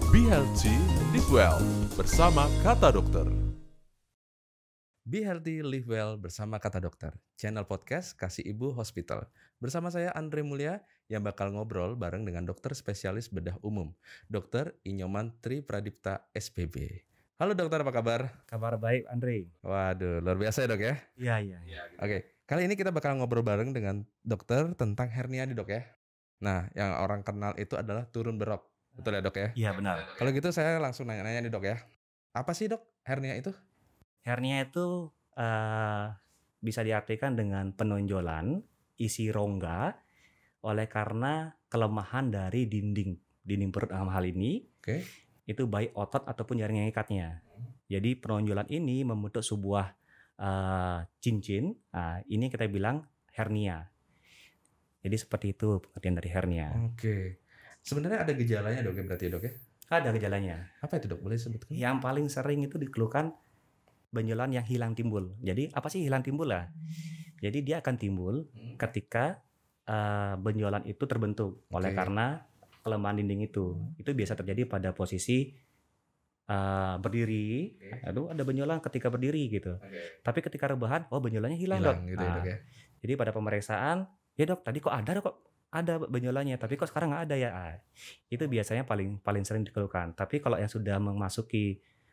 Be Healthy, Live Well bersama Kata Dokter. Be Healthy, Live Well bersama Kata Dokter, channel podcast Kasih Ibu Hospital. Bersama saya Andre Mulya yang bakal ngobrol bareng dengan dokter spesialis bedah umum, Dr. Inyoman Tri Pradipta SPB. Halo dokter, apa kabar? Kabar baik, Andre. Waduh, luar biasa ya dok ya? Iya. Oke, kali ini kita bakal ngobrol bareng dengan dokter tentang hernia nih dok ya. Nah, yang orang kenal itu adalah turun berok. Betul ya dok ya? Iya benar. Kalau gitu saya langsung nanya-nanya nih dok ya. Apa sih dok hernia itu? Hernia itu bisa diartikan dengan penonjolan isi rongga oleh karena kelemahan dari dinding perut dalam hal ini. Oke. Itu baik otot ataupun jaring yang ikatnya. Jadi penonjolan ini membentuk sebuah cincin. Ini kita bilang hernia. Jadi seperti itu pengertian dari hernia. Oke. Sebenarnya ada gejalanya dok ya berarti ya dok ya? Ada gejalanya. Apa itu dok? Boleh sebutkan? Yang paling sering itu dikeluhkan benjolan yang hilang timbul. Jadi apa sih hilang timbul lah? Jadi dia akan timbul ketika benjolan itu terbentuk oleh karena kelemahan dinding itu. Itu biasa terjadi pada posisi berdiri. Aduh, ada benjolan ketika berdiri gitu. Tapi ketika rebahan, oh benjolannya hilang dok. Gitu ya dok ya? Jadi pada pemeriksaan, ya dok tadi kok ada benjolannya, tapi kok sekarang nggak ada ya. Itu biasanya paling sering dikeluhkan. Tapi kalau yang sudah memasuki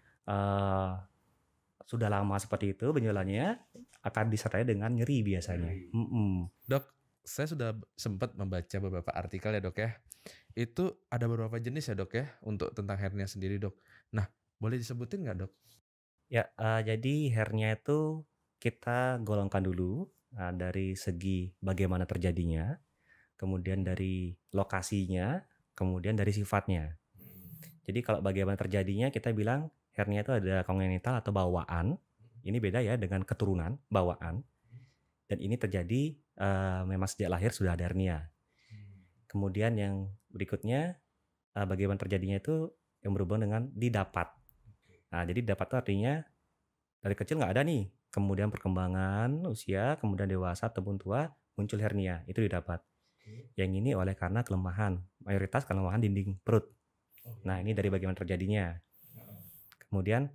sudah lama seperti itu benjolannya akan disertai dengan nyeri biasanya. Dok, saya sudah sempat membaca beberapa artikel ya dok ya. Itu ada beberapa jenis ya dok ya untuk tentang hernia sendiri dok. Nah, boleh disebutin nggak dok? Ya, jadi hernia itu kita golongkan dulu dari segi bagaimana terjadinya, kemudian dari lokasinya, kemudian dari sifatnya. Jadi kalau bagaimana terjadinya kita bilang hernia itu ada kongenital atau bawaan. Ini beda ya dengan keturunan, bawaan. Dan ini terjadi memang sejak lahir sudah ada hernia. Kemudian yang berikutnya bagaimana terjadinya itu yang berhubungan dengan didapat. Nah, jadi didapat itu artinya dari kecil nggak ada nih. Kemudian perkembangan usia, kemudian dewasa ataupun tua muncul hernia, itu didapat. Yang ini oleh karena kelemahan, mayoritas kelemahan dinding perut. Nah, ini dari bagaimana terjadinya. Kemudian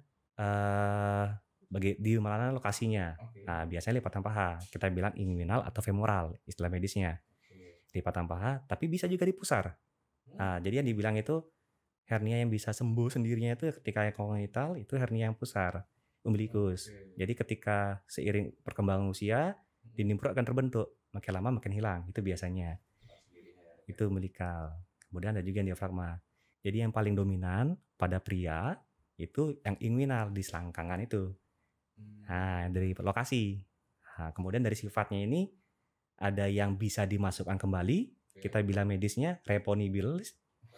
di mana lokasinya. Nah, biasanya lipatan paha. Kita bilang inguinal atau femoral, istilah medisnya. Lipatan paha, tapi bisa juga di pusar. Nah, jadi yang dibilang itu hernia yang bisa sembuh sendirinya itu ketika yang kongenital itu hernia yang pusar, umbilikus. Jadi ketika seiring perkembangan usia, dinding perut akan terbentuk. Makin lama makin hilang, itu biasanya. Itu umbilikal. Kemudian ada juga yang diafragma. Jadi yang paling dominan pada pria itu yang inguinal di selangkangan itu. Nah, dari lokasi. Nah, kemudian dari sifatnya ini ada yang bisa dimasukkan kembali, kita bilang medisnya reponibilis.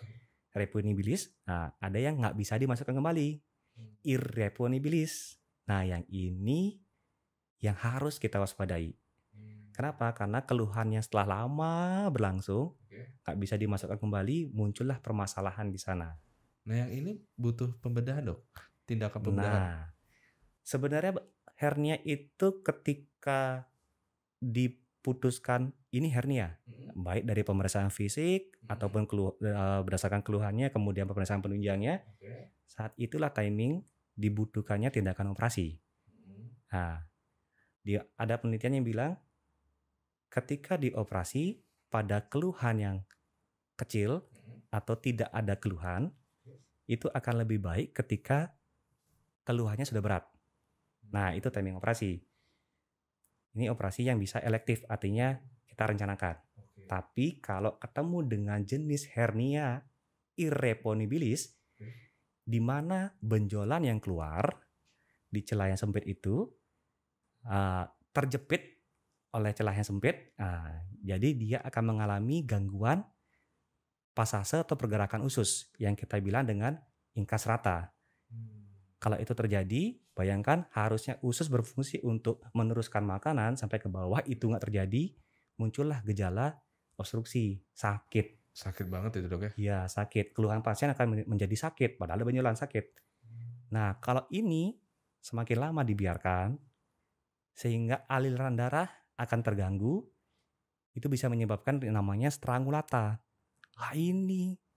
Nah, ada yang nggak bisa dimasukkan kembali, irreponibilis. Nah, yang ini yang harus kita waspadai. Kenapa? Karena keluhannya setelah lama berlangsung, nggak bisa dimasukkan kembali, muncullah permasalahan di sana. Nah, yang ini butuh pembedahan dok? Tindakan pembedahan? Nah, sebenarnya hernia itu ketika diputuskan ini hernia, baik dari pemeriksaan fisik ataupun berdasarkan keluhannya, kemudian pemeriksaan penunjangnya, saat itulah timing dibutuhkannya tindakan operasi. Nah, ada penelitian yang bilang ketika dioperasi pada keluhan yang kecil atau tidak ada keluhan, itu akan lebih baik ketika keluhannya sudah berat. Nah, itu timing operasi. Ini operasi yang bisa elektif, artinya kita rencanakan. Tapi kalau ketemu dengan jenis hernia irreponibilis, di mana benjolan yang keluar di celah yang sempit itu terjepit oleh celah yang sempit, jadi dia akan mengalami gangguan pasase atau pergerakan usus yang kita bilang dengan ingkas rata. Kalau itu terjadi, bayangkan harusnya usus berfungsi untuk meneruskan makanan sampai ke bawah, itu nggak terjadi, muncullah gejala obstruksi, sakit. Sakit banget itu dok ya? Iya, sakit. Keluhan pasien akan menjadi sakit, padahal ada benjolan sakit. Nah, kalau ini semakin lama dibiarkan, sehingga aliran darah akan terganggu, itu bisa menyebabkan namanya strangulata. Ini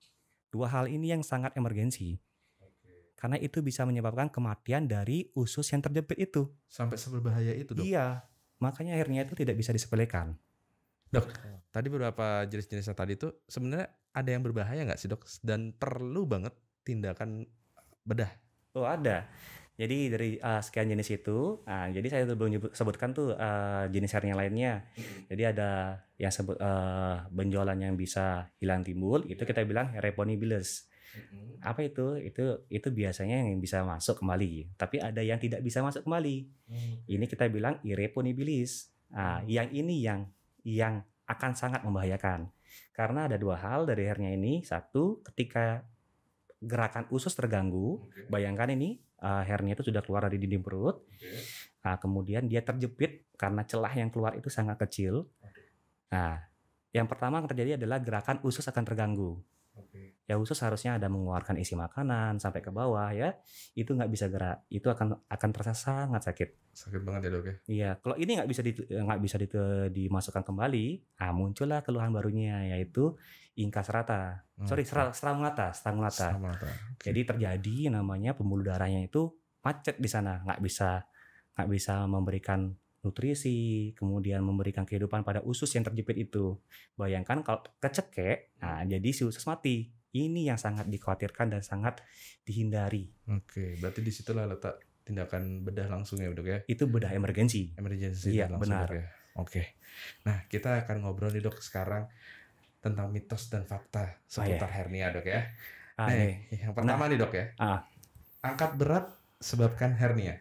Dua hal ini yang sangat emergensi. Karena itu bisa menyebabkan kematian dari usus yang terjepit itu. Sampai seberbahaya itu, Dok. Iya, makanya hernia itu tidak bisa disepelekan. Dok, tadi beberapa jenis-jenisnya tadi itu sebenarnya ada yang berbahaya nggak sih, Dok? Dan perlu banget tindakan bedah. Oh, ada. Jadi dari sekian jenis itu, jadi saya belum sebutkan tuh jenis hernia lainnya. Jadi ada yang sebut benjolan yang bisa hilang timbul, itu kita bilang reponibilus. Apa itu? Itu biasanya yang bisa masuk kembali. Tapi ada yang tidak bisa masuk kembali. Ini kita bilang irreponibilis. Yang ini yang akan sangat membahayakan. Karena ada dua hal dari hernia ini. Satu, ketika gerakan usus terganggu, bayangkan ini hernia itu sudah keluar dari dinding perut. Kemudian dia terjepit karena celah yang keluar itu sangat kecil. Nah, yang pertama yang terjadi adalah gerakan usus akan terganggu. Ya usus harusnya ada mengeluarkan isi makanan sampai ke bawah ya, itu nggak bisa gerak, itu akan terasa sangat sakit. Sakit banget ya, Dok ya. Iya, kalau ini nggak bisa dimasukkan kembali, muncullah keluhan barunya yaitu incaserata. Strangulata. Strangulata. Jadi terjadi namanya pembuluh darahnya itu macet di sana, nggak bisa memberikan nutrisi, kemudian memberikan kehidupan pada usus yang terjepit itu. Bayangkan kalau kecekek, jadi si usus mati. Ini yang sangat dikhawatirkan dan sangat dihindari. Oke, berarti disitulah letak tindakan bedah langsung ya, Dok ya? Itu bedah emergensi. Iya, langsung, benar. Dok ya? Oke. Nah, kita akan ngobrol nih, Dok, sekarang tentang mitos dan fakta seputar hernia, Dok ya. Yang pertama nih, Dok ya. Angkat berat sebabkan hernia.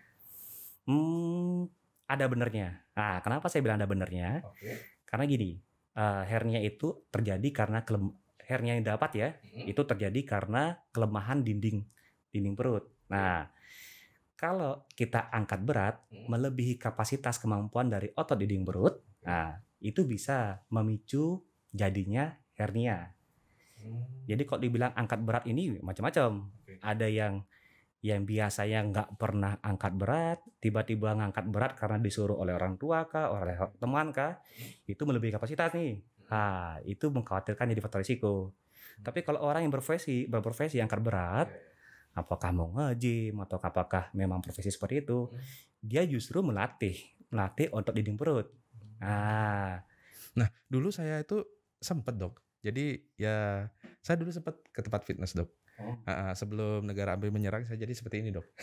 Ada benernya. Kenapa saya bilang ada benernya? Karena gini, hernia itu terjadi karena hernia yang dapat ya, itu terjadi karena kelemahan dinding perut. Nah, kalau kita angkat berat melebihi kapasitas kemampuan dari otot dinding perut, itu bisa memicu jadinya hernia. Jadi kalau dibilang angkat berat ini macam-macam. Ada yang biasanya nggak pernah angkat berat, tiba-tiba ngangkat berat karena disuruh oleh orang tua kah, oleh teman kah, itu melebihi kapasitas nih. Itu mengkhawatirkan jadi faktor risiko. Tapi kalau orang yang berprofesi angkat berat, apakah mau nge-gym atau apakah memang profesi seperti itu, dia justru melatih otot dinding perut. Nah, dulu saya itu sempat, Dok. Jadi ya saya dulu sempat ke tempat fitness, Dok. Sebelum negara ABRI menyerang, saya jadi seperti ini, Dok.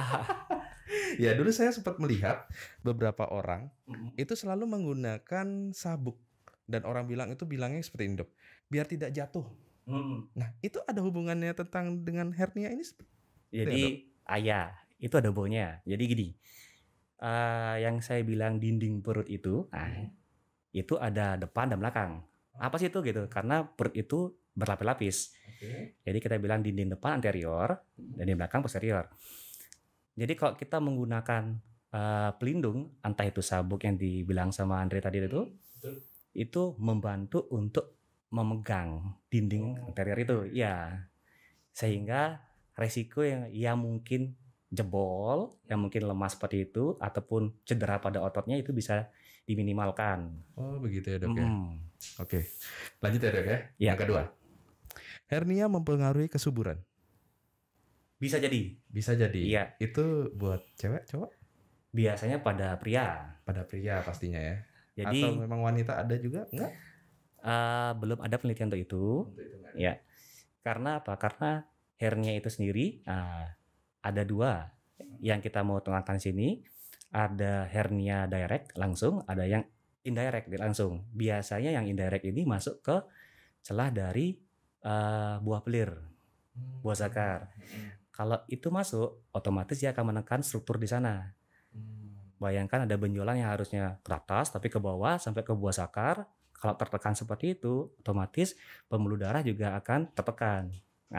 Ya, dulu saya sempat melihat beberapa orang itu selalu menggunakan sabuk. Dan orang bilangnya seperti ini, Dok, biar tidak jatuh. Nah, itu ada hubungannya dengan hernia ini? Jadi, itu ada hubungannya. Jadi gini, yang saya bilang dinding perut itu, itu ada depan dan belakang. Apa sih itu gitu? Karena perut itu berlapis-lapis. Jadi kita bilang dinding depan anterior dan di belakang posterior. Jadi kalau kita menggunakan pelindung, entah itu sabuk yang dibilang sama Andre tadi itu membantu untuk memegang dinding anterior itu, ya, sehingga resiko yang mungkin jebol, yang mungkin lemah seperti itu, ataupun cedera pada ototnya itu bisa diminimalkan. Oh begitu ya, Dok ya. Oke, lanjut ya, Dok ya. Yang kedua, hernia mempengaruhi kesuburan. Bisa jadi. Iya. Itu buat cewek, cowok? Biasanya pada pria. Pada pria pastinya ya. Jadi, atau memang wanita ada juga? Enggak? Belum ada penelitian untuk itu. Ya. Karena apa? Karena hernia itu sendiri ada dua yang kita mau tengahkan sini. Ada hernia direct langsung, ada yang indirect langsung. Biasanya yang indirect ini masuk ke celah dari buah pelir, buah zakar. Kalau itu masuk, otomatis dia akan menekan struktur di sana. Bayangkan ada benjolan yang harusnya ke atas tapi ke bawah sampai ke buah zakar. Kalau tertekan seperti itu, otomatis pembuluh darah juga akan tertekan.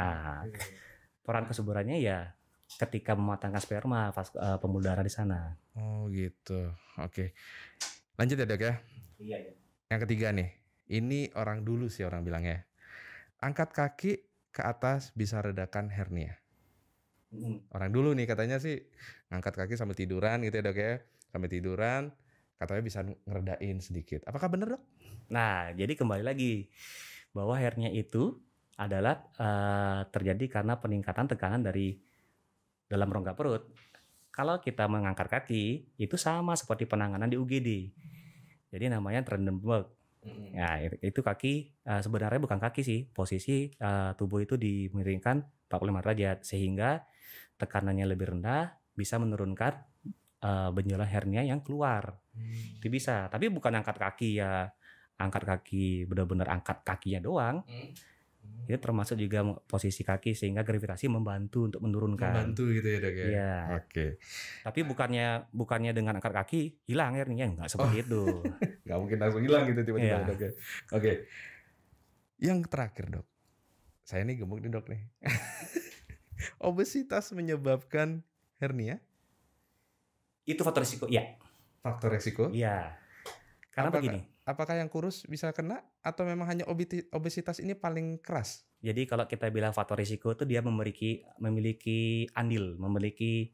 Peran kesuburannya ya ketika mematangkan sperma, pembuluh darah di sana. Oh gitu. Oke. Lanjut ya, Dok ya. Iya. Yang ketiga nih, ini orang dulu sih orang bilangnya. Angkat kaki ke atas bisa redakan hernia. Orang dulu nih katanya sih ngangkat kaki sambil tiduran gitu ya, Dok ya. Sambil tiduran katanya bisa ngeredain sedikit. Apakah benar, Dok? Nah, jadi kembali lagi bahwa hernia itu adalah terjadi karena peningkatan tekanan dari dalam rongga perut. Kalau kita mengangkat kaki, itu sama seperti penanganan di UGD. Jadi namanya Trendelenburg. Ya, itu kaki sebenarnya bukan kaki sih, posisi tubuh itu dimiringkan 45 derajat sehingga tekanannya lebih rendah, bisa menurunkan benjolan hernia yang keluar. Itu bisa, tapi bukan angkat kaki ya, angkat kaki benar-benar angkat kakinya doang. Itu termasuk juga posisi kaki sehingga gravitasi membantu untuk menurunkan. Membantu gitu ya dok ya? Iya. Oke. Tapi bukannya dengan angkat kaki hilang hernia, nggak seperti itu. Nggak mungkin langsung hilang gitu tiba-tiba Iya. dok ya? Oke. Yang terakhir dok, saya nih gemuk nih dok nih. Obesitas menyebabkan hernia? Itu faktor risiko, ya. Faktor resiko? Iya. Karena begini. Apakah yang kurus bisa kena atau memang hanya obesitas ini paling keras? Jadi kalau kita bilang faktor risiko itu dia memiliki andil, memiliki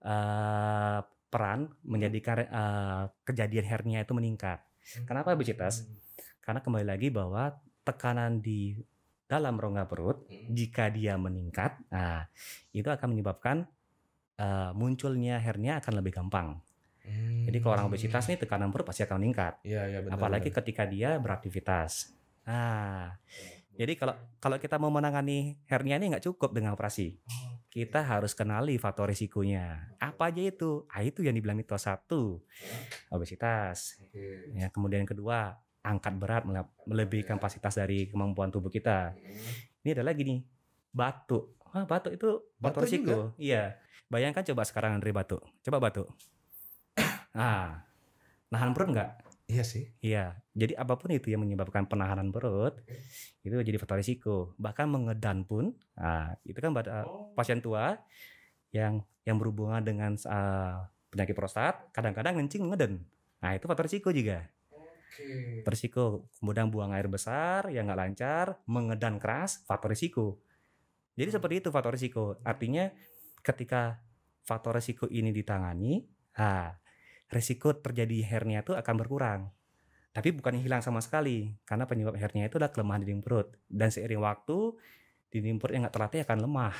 peran menjadikan kejadian hernia itu meningkat. Kenapa obesitas? Karena kembali lagi bahwa tekanan di dalam rongga perut jika dia meningkat, itu akan menyebabkan munculnya hernia akan lebih gampang. Jadi kalau orang obesitas nih tekanan perut pasti akan meningkat. Iya, benar. Apalagi ketika dia beraktivitas. Jadi kalau kita mau menangani hernia ini nggak cukup dengan operasi. Kita harus kenali faktor risikonya. Apa aja itu? Itu yang dibilang mitos 1, obesitas. Ya, kemudian yang kedua, angkat berat melebihi kapasitas dari kemampuan tubuh kita. Ini adalah gini, batuk. Batuk itu faktor risiko. Iya. Bayangkan coba sekarang Andre batuk. Coba batuk. Nahan perut nggak? Iya sih. Iya. Jadi apapun itu yang menyebabkan penahanan perut, itu jadi faktor risiko. Bahkan mengedan pun, itu kan pasien tua yang berhubungan dengan penyakit prostat, kadang-kadang kencing ngeden. Itu faktor risiko juga. Faktor risiko. Kemudian buang air besar yang nggak lancar, mengedan keras, faktor risiko. Jadi seperti itu faktor risiko. Artinya ketika faktor risiko ini ditangani, risiko terjadi hernia itu akan berkurang. Tapi bukan hilang sama sekali, karena penyebab hernia itu adalah kelemahan dinding perut. Dan seiring waktu, dinding perut yang nggak terlatih akan lemah.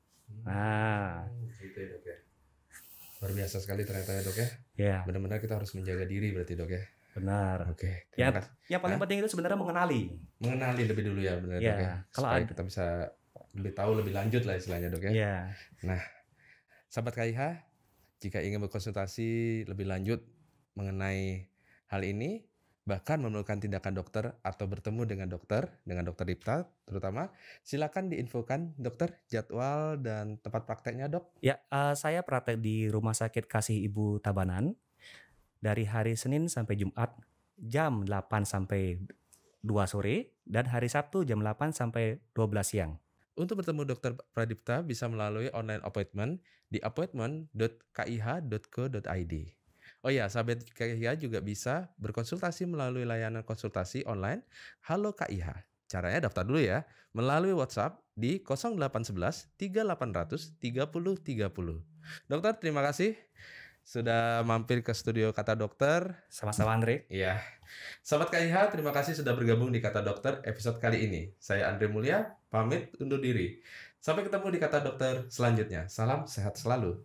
Gitu ya dok ya. Luar biasa sekali ternyata ya dok ya. Ya. Benar-benar kita harus menjaga diri berarti dok ya. Benar. Oke. Yang paling penting itu sebenarnya mengenali. Mengenali lebih dulu ya benar dok ya. Supaya kita bisa lebih tahu lebih lanjut lah istilahnya dok ya. Iya. Nah, sahabat KIH, jika ingin berkonsultasi lebih lanjut mengenai hal ini, bahkan memerlukan tindakan dokter atau bertemu dengan dokter Dipta terutama, silakan diinfokan dokter jadwal dan tempat prakteknya dok. Ya, saya praktek di Rumah Sakit Kasih Ibu Tabanan dari hari Senin sampai Jumat jam 8 sampai 2 sore dan hari Sabtu jam 8 sampai 12 siang. Untuk bertemu Dr. Pradipta bisa melalui online appointment di appointment.kih.co.id. Oh ya, sahabat KIH juga bisa berkonsultasi melalui layanan konsultasi online Halo KIH. Caranya daftar dulu ya, melalui WhatsApp di 0811 3800 3030. Dokter, terima kasih sudah mampir ke studio Kata Dokter. Sama-sama Andre. Iya. Sahabat KIH, terima kasih sudah bergabung di Kata Dokter episode kali ini. Saya Andre Mulya, pamit undur diri. Sampai ketemu di Kata Dokter selanjutnya. Salam sehat selalu.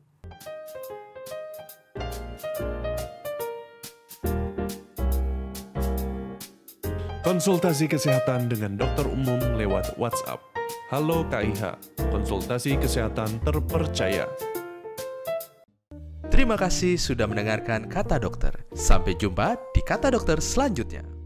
Konsultasi kesehatan dengan dokter umum lewat WhatsApp. Halo KIH, konsultasi kesehatan terpercaya. Terima kasih sudah mendengarkan Kata Dokter. Sampai jumpa di Kata Dokter selanjutnya.